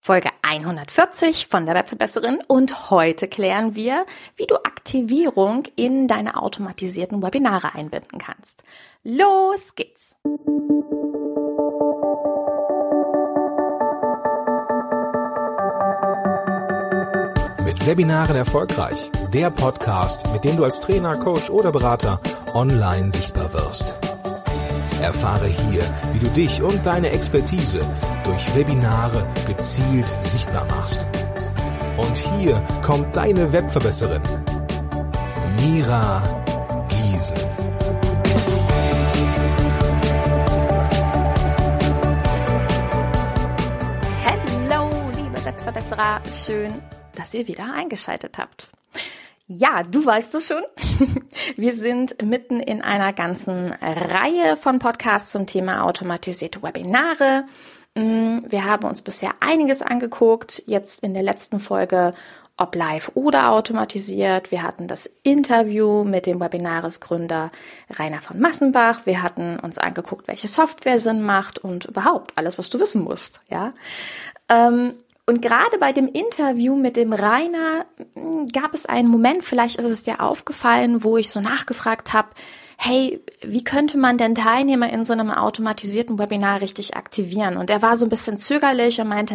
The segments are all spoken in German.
Folge 140 von der Webverbesserin und heute klären wir, wie du Aktivierung in deine automatisierten Webinare einbinden kannst. Los geht's! Mit Webinaren erfolgreich. Der Podcast, mit dem du als Trainer, Coach oder Berater online sichtbar wirst. Erfahre hier, wie du dich und deine Expertise durch Webinare gezielt sichtbar machst. Und hier kommt deine Webverbesserin, Mira Giesen. Hallo, liebe Webverbesserer, schön, dass ihr wieder eingeschaltet habt. Ja, du weißt es schon. Wir sind mitten in einer ganzen Reihe von Podcasts zum Thema automatisierte Webinare. Wir haben uns bisher einiges angeguckt, jetzt in der letzten Folge, ob live oder automatisiert. Wir hatten das Interview mit dem Webinaresgründer Rainer von Massenbach. Wir hatten uns angeguckt, welche Software Sinn macht und überhaupt alles, was du wissen musst. Ja. Und gerade bei dem Interview mit dem Rainer gab es einen Moment, vielleicht ist es dir aufgefallen, wo ich so nachgefragt habe, hey, wie könnte man denn Teilnehmer in so einem automatisierten Webinar richtig aktivieren? Und er war so ein bisschen zögerlich und meinte,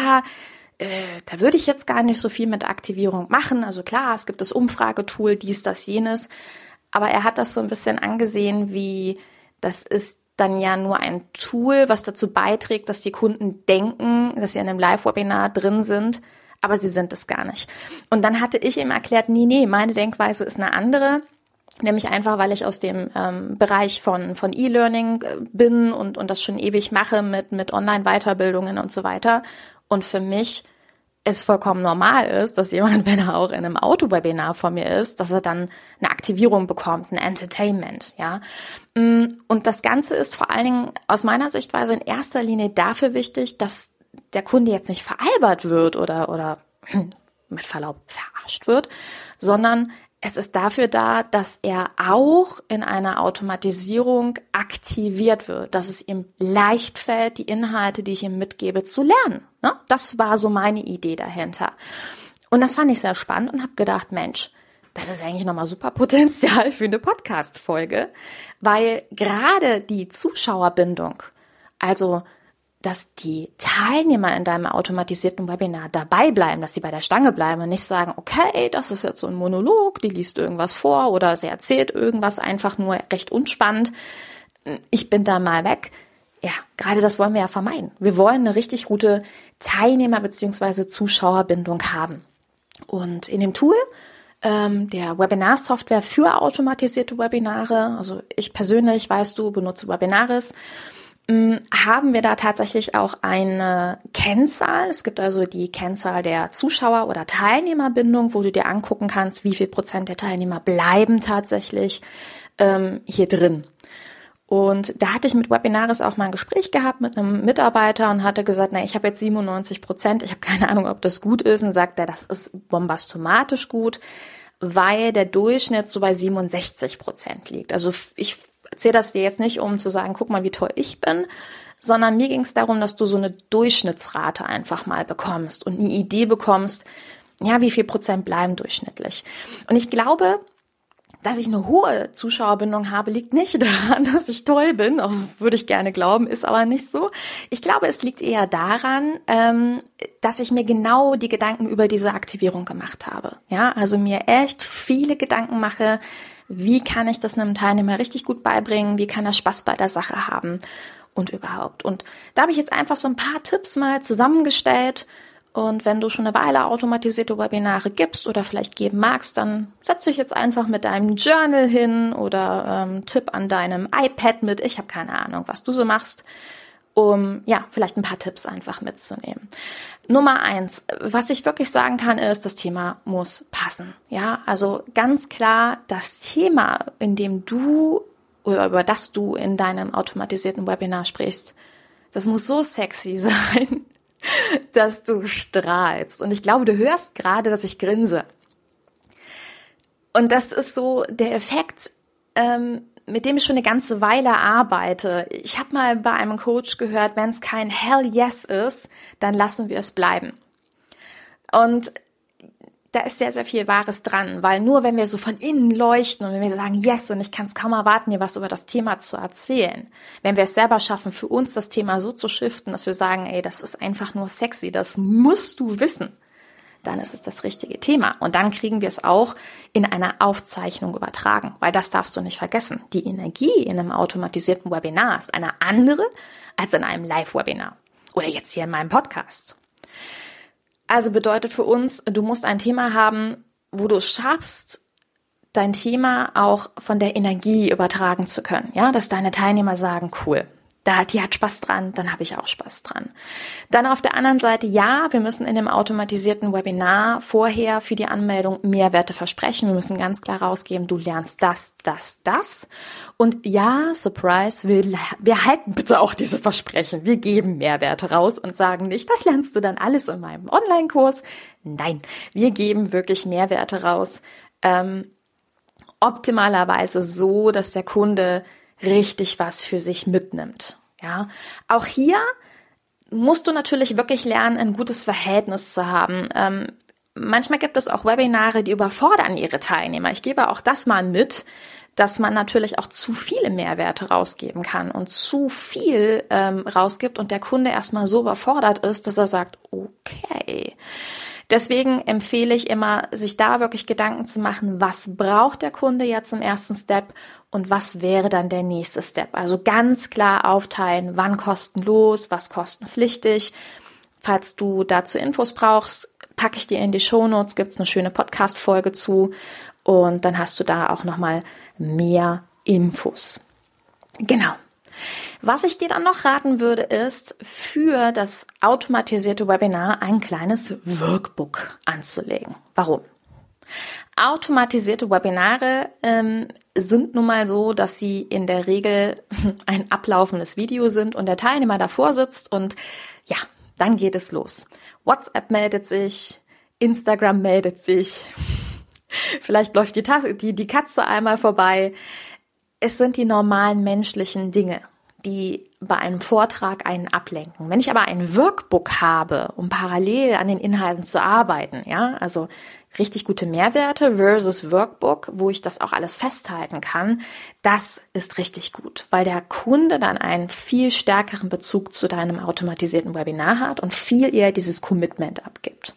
da würde ich jetzt gar nicht so viel mit Aktivierung machen. Also klar, es gibt das Umfragetool, dies, das, jenes. Aber er hat das so ein bisschen angesehen, wie das ist dann ja nur ein Tool, was dazu beiträgt, dass die Kunden denken, dass sie in einem Live-Webinar drin sind, aber sie sind es gar nicht. Und dann hatte ich ihm erklärt, nee, meine Denkweise ist eine andere, nämlich einfach, weil ich aus dem Bereich von E-Learning bin und das schon ewig mache mit Online-Weiterbildungen und so weiter. Und für mich es vollkommen normal ist, dass jemand, wenn er auch in einem Auto-Webinar vor mir ist, dass er dann eine Aktivierung bekommt, ein Entertainment, ja. Und das Ganze ist vor allen Dingen aus meiner Sichtweise in erster Linie dafür wichtig, dass der Kunde jetzt nicht veralbert wird oder mit Verlaub verarscht wird, sondern es ist dafür da, dass er auch in einer Automatisierung aktiviert wird, dass es ihm leicht fällt, die Inhalte, die ich ihm mitgebe, zu lernen. Das war so meine Idee dahinter. Und das fand ich sehr spannend und habe gedacht, Mensch, das ist eigentlich nochmal super Potenzial für eine Podcast-Folge, weil gerade die Zuschauerbindung, also dass die Teilnehmer in deinem automatisierten Webinar dabei bleiben, dass sie bei der Stange bleiben und nicht sagen, okay, das ist jetzt so ein Monolog, die liest irgendwas vor oder sie erzählt irgendwas einfach nur recht unspannend, ich bin da mal weg. Ja, gerade das wollen wir ja vermeiden. Wir wollen eine richtig gute Teilnehmer- bzw. Zuschauerbindung haben. Und in dem Tool der Webinar-Software für automatisierte Webinare, also ich persönlich, weißt du, benutze Webinaris, haben wir da tatsächlich auch eine Kennzahl. Es gibt also die Kennzahl der Zuschauer- oder Teilnehmerbindung, wo du dir angucken kannst, wie viel Prozent der Teilnehmer bleiben tatsächlich hier drin. Und da hatte ich mit Webinaris auch mal ein Gespräch gehabt mit einem Mitarbeiter und hatte gesagt, ich habe jetzt 97%, ich habe keine Ahnung, ob das gut ist, und sagt er, das ist bombastomatisch gut, weil der Durchschnitt so bei 67% liegt. Also ich erzähle das dir jetzt nicht, um zu sagen, guck mal, wie toll ich bin, sondern mir ging es darum, dass du so eine Durchschnittsrate einfach mal bekommst und eine Idee bekommst, ja, wie viel Prozent bleiben durchschnittlich. Und ich glaube, dass ich eine hohe Zuschauerbindung habe, liegt nicht daran, dass ich toll bin, auch würde ich gerne glauben, ist aber nicht so. Ich glaube, es liegt eher daran, dass ich mir genau die Gedanken über diese Aktivierung gemacht habe. Ja, also mir echt viele Gedanken mache, wie kann ich das einem Teilnehmer richtig gut beibringen, wie kann er Spaß bei der Sache haben und überhaupt. Und da habe ich jetzt einfach so ein paar Tipps mal zusammengestellt. Und wenn du schon eine Weile automatisierte Webinare gibst oder vielleicht geben magst, dann setz dich jetzt einfach mit deinem Journal hin oder tipp an deinem iPad mit. Ich habe keine Ahnung, was du so machst, um vielleicht ein paar Tipps einfach mitzunehmen. Nummer 1, was ich wirklich sagen kann, ist, das Thema muss passen. Ja, also ganz klar, das Thema, in dem du oder über das du in deinem automatisierten Webinar sprichst, das muss so sexy sein, dass du strahlst. Und ich glaube, du hörst gerade, dass ich grinse. Und das ist so der Effekt, mit dem ich schon eine ganze Weile arbeite. Ich habe mal bei einem Coach gehört, wenn es kein Hell Yes ist, dann lassen wir es bleiben. Und da ist sehr, sehr viel Wahres dran, weil nur wenn wir so von innen leuchten und wenn wir sagen, yes, und ich kann es kaum erwarten, dir was über das Thema zu erzählen, wenn wir es selber schaffen, für uns das Thema so zu shiften, dass wir sagen, ey, das ist einfach nur sexy, das musst du wissen, dann ist es das richtige Thema. Und dann kriegen wir es auch in einer Aufzeichnung übertragen, weil das darfst du nicht vergessen. Die Energie in einem automatisierten Webinar ist eine andere als in einem Live-Webinar oder jetzt hier in meinem Podcast. Also bedeutet für uns, du musst ein Thema haben, wo du es schaffst, dein Thema auch von der Energie übertragen zu können. Ja, dass deine Teilnehmer sagen, cool, die hat Spaß dran, dann habe ich auch Spaß dran. Dann auf der anderen Seite, ja, wir müssen in dem automatisierten Webinar vorher für die Anmeldung Mehrwerte versprechen. Wir müssen ganz klar rausgeben, du lernst das. Und ja, Surprise, wir halten bitte auch diese Versprechen. Wir geben Mehrwerte raus und sagen nicht, das lernst du dann alles in meinem Online-Kurs. Nein, wir geben wirklich Mehrwerte raus. Optimalerweise so, dass der Kunde richtig was für sich mitnimmt. Ja, auch hier musst du natürlich wirklich lernen, ein gutes Verhältnis zu haben. Manchmal gibt es auch Webinare, die überfordern ihre Teilnehmer. Ich gebe auch das mal mit, dass man natürlich auch zu viele Mehrwerte rausgeben kann und zu viel rausgibt und der Kunde erstmal so überfordert ist, dass er sagt, okay. Deswegen empfehle ich immer, sich da wirklich Gedanken zu machen, was braucht der Kunde jetzt im ersten Step und was wäre dann der nächste Step. Also ganz klar aufteilen, wann kostenlos, was kostenpflichtig. Falls du dazu Infos brauchst, packe ich dir in die Shownotes, gibt es eine schöne Podcast-Folge zu und dann hast du da auch nochmal mehr Infos. Genau. Was ich dir dann noch raten würde, ist, für das automatisierte Webinar ein kleines Workbook anzulegen. Warum? Automatisierte Webinare sind nun mal so, dass sie in der Regel ein ablaufendes Video sind und der Teilnehmer davor sitzt und ja, dann geht es los. WhatsApp meldet sich, Instagram meldet sich, vielleicht läuft die Katze einmal vorbei. Es sind die normalen menschlichen Dinge, die bei einem Vortrag einen ablenken. Wenn ich aber ein Workbook habe, um parallel an den Inhalten zu arbeiten, ja, also richtig gute Mehrwerte versus Workbook, wo ich das auch alles festhalten kann, das ist richtig gut, weil der Kunde dann einen viel stärkeren Bezug zu deinem automatisierten Webinar hat und viel eher dieses Commitment abgibt.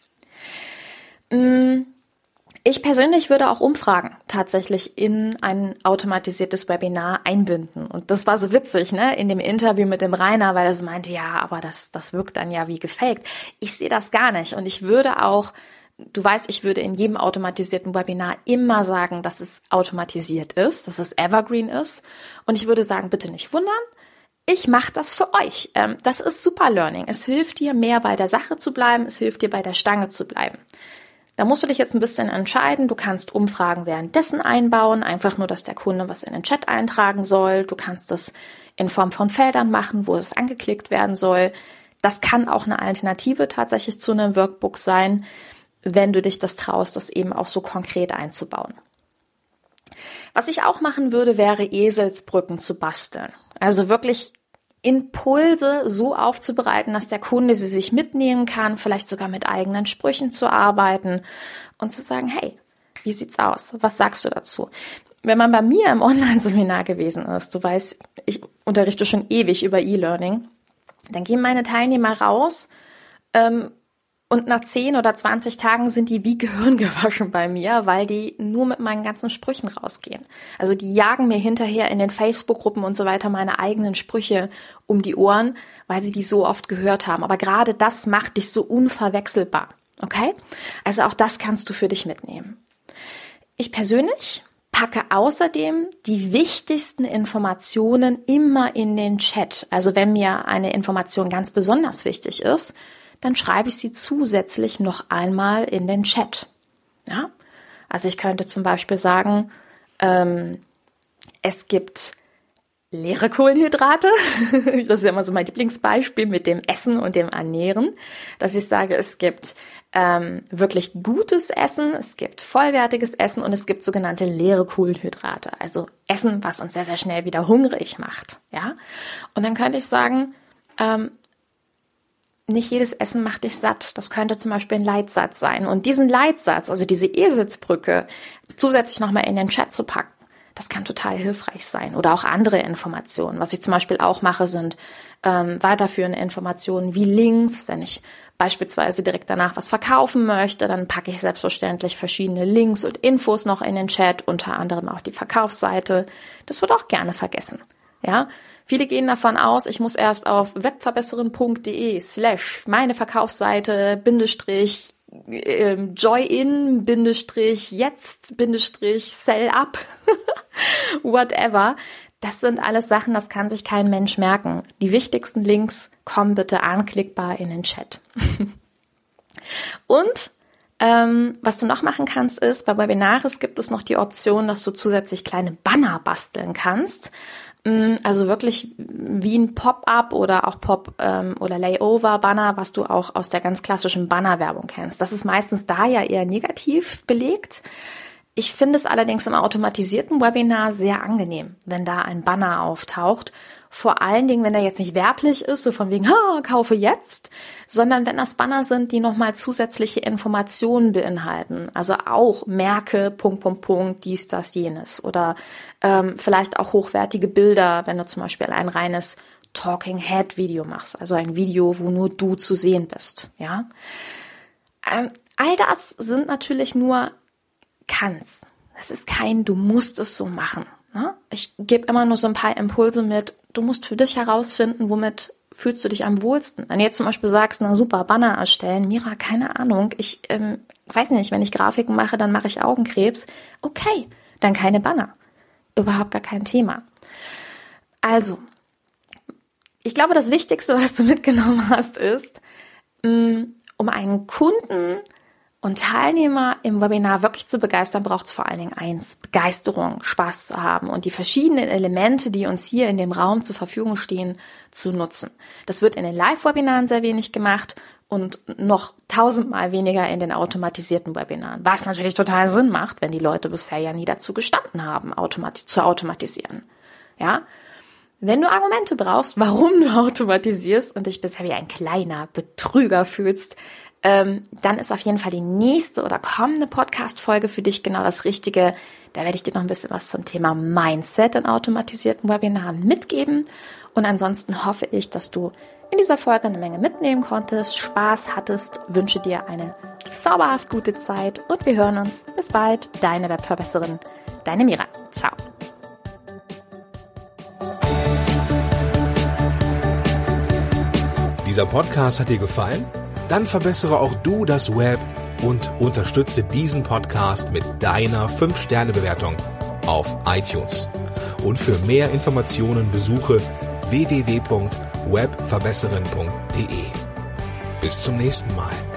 Ich persönlich würde auch Umfragen tatsächlich in ein automatisiertes Webinar einbinden. Und das war so witzig, ne, in dem Interview mit dem Rainer, weil er so meinte, ja, aber das wirkt dann ja wie gefaked. Ich sehe das gar nicht. Und ich würde auch, du weißt, ich würde in jedem automatisierten Webinar immer sagen, dass es automatisiert ist, dass es evergreen ist. Und ich würde sagen, bitte nicht wundern. Ich mache das für euch. Das ist super Learning. Es hilft dir, mehr bei der Sache zu bleiben. Es hilft dir, bei der Stange zu bleiben. Da musst du dich jetzt ein bisschen entscheiden. Du kannst Umfragen währenddessen einbauen, einfach nur, dass der Kunde was in den Chat eintragen soll. Du kannst das in Form von Feldern machen, wo es angeklickt werden soll. Das kann auch eine Alternative tatsächlich zu einem Workbook sein, wenn du dich das traust, das eben auch so konkret einzubauen. Was ich auch machen würde, wäre Eselsbrücken zu basteln. Also wirklich Impulse so aufzubereiten, dass der Kunde sie sich mitnehmen kann, vielleicht sogar mit eigenen Sprüchen zu arbeiten und zu sagen, hey, wie sieht's aus? Was sagst du dazu? Wenn man bei mir im Online-Seminar gewesen ist, du weißt, ich unterrichte schon ewig über E-Learning, dann gehen meine Teilnehmer raus und nach 10 oder 20 Tagen sind die wie Gehirn gewaschen bei mir, weil die nur mit meinen ganzen Sprüchen rausgehen. Also die jagen mir hinterher in den Facebook-Gruppen und so weiter meine eigenen Sprüche um die Ohren, weil sie die so oft gehört haben. Aber gerade das macht dich so unverwechselbar. Okay? Also auch das kannst du für dich mitnehmen. Ich persönlich packe außerdem die wichtigsten Informationen immer in den Chat. Also wenn mir eine Information ganz besonders wichtig ist, dann schreibe ich sie zusätzlich noch einmal in den Chat. Ja? Also ich könnte zum Beispiel sagen, es gibt leere Kohlenhydrate. Das ist ja immer so mein Lieblingsbeispiel mit dem Essen und dem Ernähren, dass ich sage, es gibt wirklich gutes Essen, es gibt vollwertiges Essen und es gibt sogenannte leere Kohlenhydrate. Also Essen, was uns sehr, sehr schnell wieder hungrig macht. Ja? Und dann könnte ich sagen, nicht jedes Essen macht dich satt. Das könnte zum Beispiel ein Leitsatz sein. Und diesen Leitsatz, also diese Eselsbrücke, zusätzlich nochmal in den Chat zu packen, das kann total hilfreich sein. Oder auch andere Informationen. Was ich zum Beispiel auch mache, sind weiterführende Informationen wie Links. Wenn ich beispielsweise direkt danach was verkaufen möchte, dann packe ich selbstverständlich verschiedene Links und Infos noch in den Chat, unter anderem auch die Verkaufsseite. Das wird auch gerne vergessen. Ja, viele gehen davon aus, ich muss erst auf webverbesseren.de/meine Verkaufsseite /join-jetzt-sell-up whatever. Das sind alles Sachen, das kann sich kein Mensch merken. Die wichtigsten Links kommen bitte anklickbar in den Chat. Und was du noch machen kannst, ist, bei Webinaris gibt es noch die Option, dass du zusätzlich kleine Banner basteln kannst. Also wirklich wie ein Pop-up oder auch oder Layover-Banner, was du auch aus der ganz klassischen Bannerwerbung kennst. Das ist meistens da ja eher negativ belegt. Ich finde es allerdings im automatisierten Webinar sehr angenehm, wenn da ein Banner auftaucht. Vor allen Dingen, wenn der jetzt nicht werblich ist, so von wegen, kaufe jetzt, sondern wenn das Banner sind, die nochmal zusätzliche Informationen beinhalten. Also auch merke, .. dies, das, jenes. Oder vielleicht auch hochwertige Bilder, wenn du zum Beispiel ein reines Talking Head Video machst. Also ein Video, wo nur du zu sehen bist. Ja? All das sind natürlich nur kannst. Das ist kein, du musst es so machen. Ne? Ich gebe immer nur so ein paar Impulse mit, du musst für dich herausfinden, womit fühlst du dich am wohlsten. Wenn du jetzt zum Beispiel sagst, na super, Banner erstellen, Mira, keine Ahnung, ich weiß nicht, wenn ich Grafiken mache, dann mache ich Augenkrebs. Okay, dann keine Banner. Überhaupt gar kein Thema. Also, ich glaube, das Wichtigste, was du mitgenommen hast, ist, um einen Kunden und Teilnehmer im Webinar wirklich zu begeistern, braucht es vor allen Dingen eins: Begeisterung, Spaß zu haben und die verschiedenen Elemente, die uns hier in dem Raum zur Verfügung stehen, zu nutzen. Das wird in den Live-Webinaren sehr wenig gemacht und noch 1000-mal weniger in den automatisierten Webinaren. Was natürlich total Sinn macht, wenn die Leute bisher ja nie dazu gestanden haben, zu automatisieren. Ja? Wenn du Argumente brauchst, warum du automatisierst und dich bisher wie ein kleiner Betrüger fühlst, dann ist auf jeden Fall die nächste oder kommende Podcast-Folge für dich genau das Richtige. Da werde ich dir noch ein bisschen was zum Thema Mindset in automatisierten Webinaren mitgeben. Und ansonsten hoffe ich, dass du in dieser Folge eine Menge mitnehmen konntest, Spaß hattest, wünsche dir eine zauberhaft gute Zeit und wir hören uns. Bis bald, deine Webverbesserin, deine Mira. Ciao. Dieser Podcast hat dir gefallen? Dann verbessere auch du das Web und unterstütze diesen Podcast mit deiner 5-Sterne-Bewertung auf iTunes. Und für mehr Informationen besuche www.webverbesserin.de. Bis zum nächsten Mal.